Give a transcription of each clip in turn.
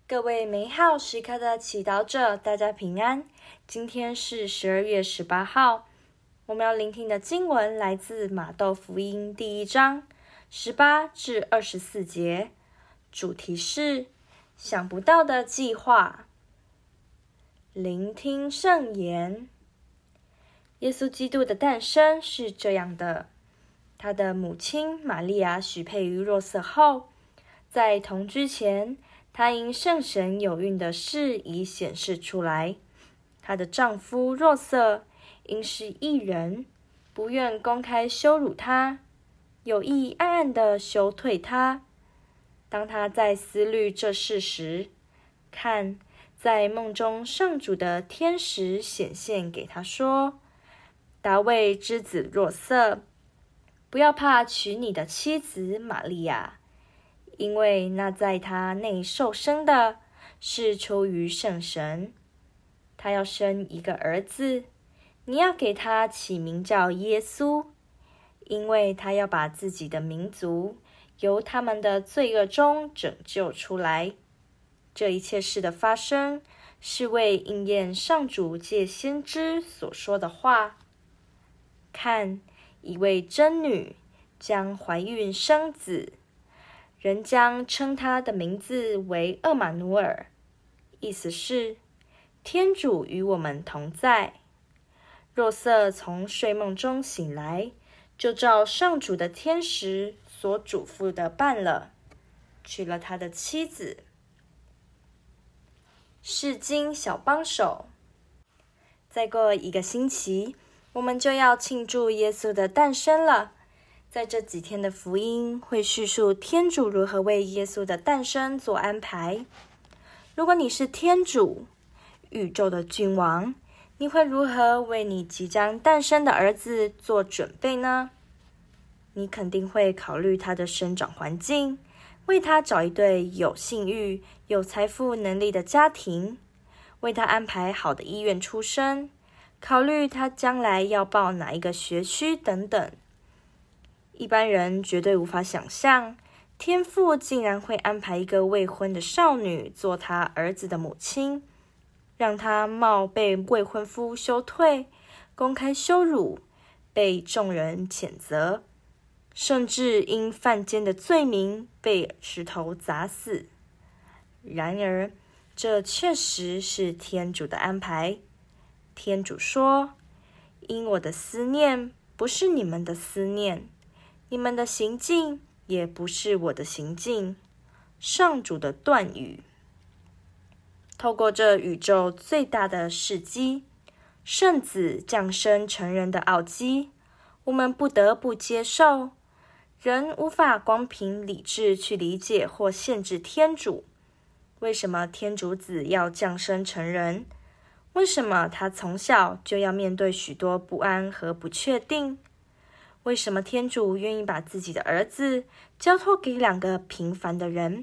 各位美好时刻的祈祷者，大家平安。今天是12月18号，我们要聆听的经文来自马窦福音第1章18至24节，主题是想不到的计划。聆听圣言。耶稣基督的诞生是这样的，他的母亲玛利亚许配于若瑟后，在同居前，她因圣神有孕的事已显示出来。她的丈夫若瑟因是义人，不愿公开羞辱她，有意暗暗地休退她。当他在思虑这事时，看，在梦中上主的天使显现给他说：大卫之子若瑟，不要怕娶你的妻子玛利亚，因为那在他内受生的是出于圣神。他要生一个儿子，你要给他起名叫耶稣，因为他要把自己的民族由他们的罪恶中拯救出来。这一切事的发生，是为应验上主借先知所说的话。看，一位真女将怀孕生子，人将称他的名字为厄玛努尔，意思是天主与我们同在。若瑟从睡梦中醒来，就照上主的天使所嘱咐的办了，娶了他的妻子。释经小帮手。再过1个星期，我们就要庆祝耶稣的诞生了。在这几天的福音会叙述天主如何为耶稣的诞生做安排。如果你是天主，宇宙的君王，你会如何为你即将诞生的儿子做准备呢？你肯定会考虑他的生长环境，为他找一对有性欲、有财富能力的家庭，为他安排好的医院出生，考虑他将来要报哪一个学区等等。一般人绝对无法想象，天父竟然会安排一个未婚的少女做他儿子的母亲，让他冒被未婚夫休退、公开羞辱、被众人谴责，甚至因犯奸的罪名被石头砸死。然而，这确实是天主的安排。天主说：因我的思念不是你们的思念，你们的行径也不是我的行径。上主的断语。透过这宇宙最大的事迹，圣子降生成人的奥迹，我们不得不接受。人无法光凭理智去理解或限制天主。为什么天主子要降生成人？为什么他从小就要面对许多不安和不确定？为什么天主愿意把自己的儿子交托给2个平凡的人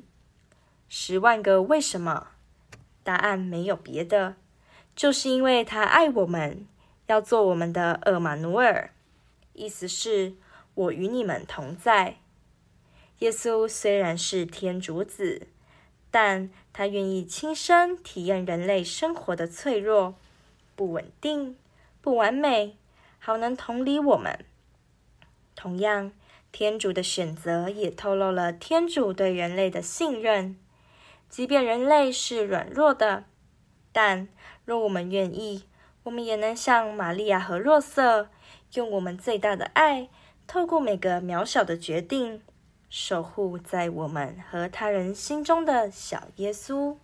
？10万个为什么？答案没有别的，就是因为他爱我们，要做我们的厄玛努尔，意思是我与你们同在。耶稣虽然是天主子，但他愿意亲身体验人类生活的脆弱、不稳定、不完美，好能同理我们。同样，天主的选择也透露了天主对人类的信任。即便人类是软弱的，但若我们愿意，我们也能像玛利亚和若瑟，用我们最大的爱，透过每个渺小的决定，守护在我们和他人心中的小耶稣。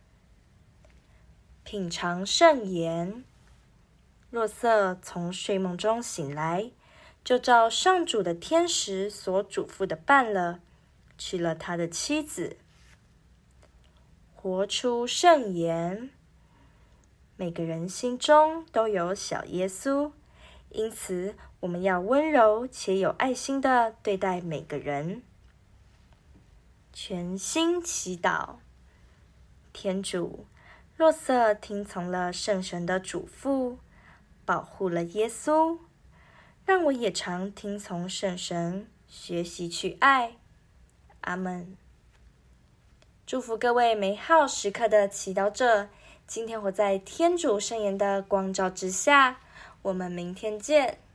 品尝圣言。若瑟从睡梦中醒来，就照上主的天使所嘱咐的办了，娶了他的妻子。活出圣言。每个人心中都有小耶稣，因此我们要温柔且有爱心地对待每个人。全心祈祷。天主，若瑟听从了圣神的嘱咐，保护了耶稣，让我也常听从圣神，学习去爱。阿们。 祝福各位美好时刻的祈祷者，今天活在天主圣言的光照之下。我们明天见。